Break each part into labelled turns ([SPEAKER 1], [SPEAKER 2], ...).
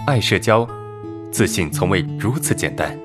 [SPEAKER 1] 爱社交，自信从未如此简单。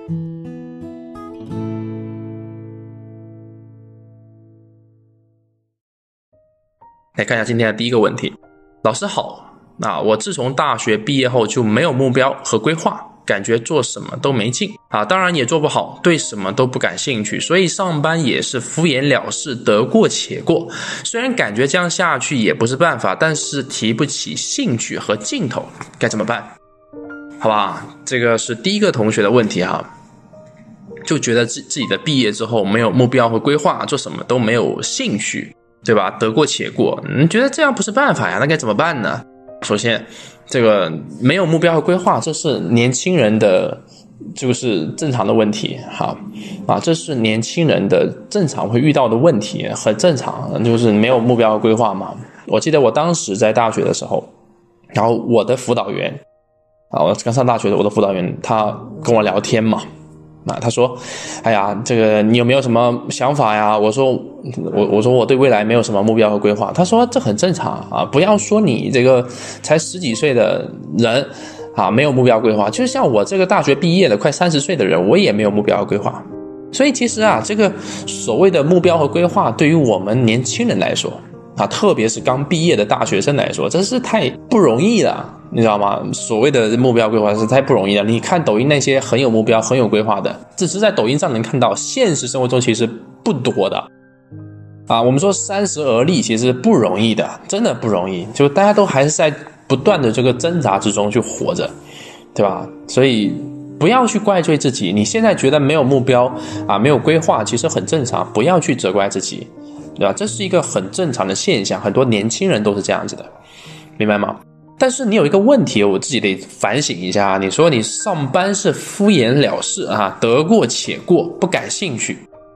[SPEAKER 2] 来看一下今天的第一个问题。老师好，我自从大学毕业后就没有目标和规划，感觉做什么都没劲当然也做不好，对什么都不感兴趣，所以上班也是敷衍了事，得过且过。虽然感觉这样下去也不是办法，但是提不起兴趣和劲头，该怎么办？好吧，这个是第一个同学的问题哈，就觉得自己的毕业之后没有目标和规划，做什么都没有兴趣，对吧？得过且过，你觉得这样不是办法呀？那该怎么办呢？首先，这个没有目标和规划，这是年轻人的就是正常的问题，这是年轻人的正常会遇到的问题，很正常，就是没有目标和规划嘛。我记得我当时在大学的时候，然后我的辅导员我刚上大学的，我的辅导员他跟我聊天嘛。他说哎呀，这个你有没有什么想法呀？我说我对未来没有什么目标和规划。他说这很正常不要说你这个才10几岁的人没有目标规划，就像我这个大学毕业的快30岁的人，我也没有目标和规划。所以其实这个所谓的目标和规划对于我们年轻人来说特别是刚毕业的大学生来说，这是太不容易了，你知道吗？所谓的目标规划是太不容易了。你看抖音那些很有目标很有规划的，只是在抖音上能看到，现实生活中其实不多的我们说30而立其实不容易的，真的不容易，就大家都还是在不断的这个挣扎之中去活着，对吧？所以不要去怪罪自己，你现在觉得没有目标没有规划，其实很正常，不要去责怪自己，对吧？这是一个很正常的现象，很多年轻人都是这样子的，明白吗？但是你有一个问题，我自己得反省一下。你说你上班是敷衍了事得过且过，不感兴趣。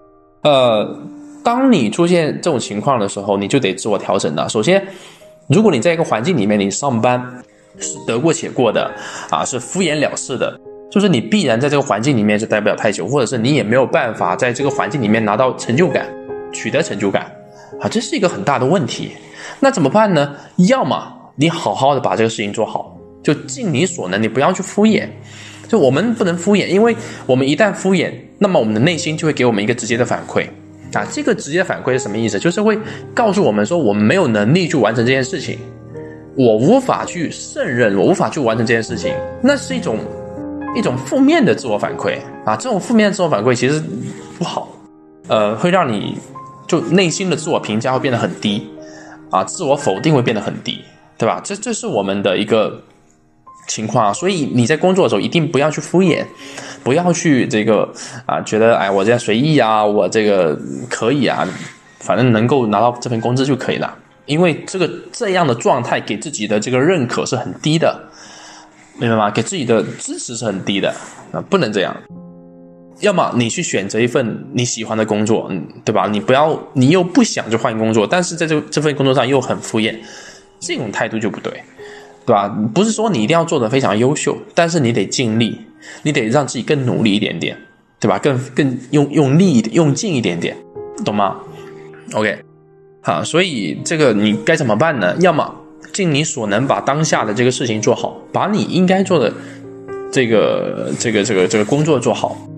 [SPEAKER 2] 当你出现这种情况的时候，你就得自我调整了。首先，如果你在一个环境里面，你上班是得过且过的是敷衍了事的，就是你必然在这个环境里面是待不了太久，或者是你也没有办法在这个环境里面拿到成就感，取得成就感这是一个很大的问题。那怎么办呢？要么你好好的把这个事情做好，就尽你所能，你不要去敷衍。就我们不能敷衍，因为我们一旦敷衍，那么我们的内心就会给我们一个直接的反馈这个直接的反馈是什么意思？就是会告诉我们说我们没有能力去完成这件事情，我无法去胜任，我无法去完成这件事情，那是一种负面的自我反馈这种负面的自我反馈其实不好，会让你就内心的自我评价会变得很低自我否定会变得很低，对吧？这是我们的一个情况所以你在工作的时候一定不要去敷衍，不要去这个觉得我这样随意我这个可以反正能够拿到这份工资就可以了，因为这样的状态给自己的这个认可是很低的，明白吗？给自己的支持是很低的不能这样。要么你去选择一份你喜欢的工作对吧？你又不想去换工作，但是在这份工作上又很敷衍，这种态度就不对，对吧？不是说你一定要做得非常优秀，但是你得尽力，你得让自己更努力一点点，对吧？更用力一点，用劲一点点，懂吗？ OK 所以这个你该怎么办呢？要么尽你所能把当下的这个事情做好，把你应该做的这个工作做好，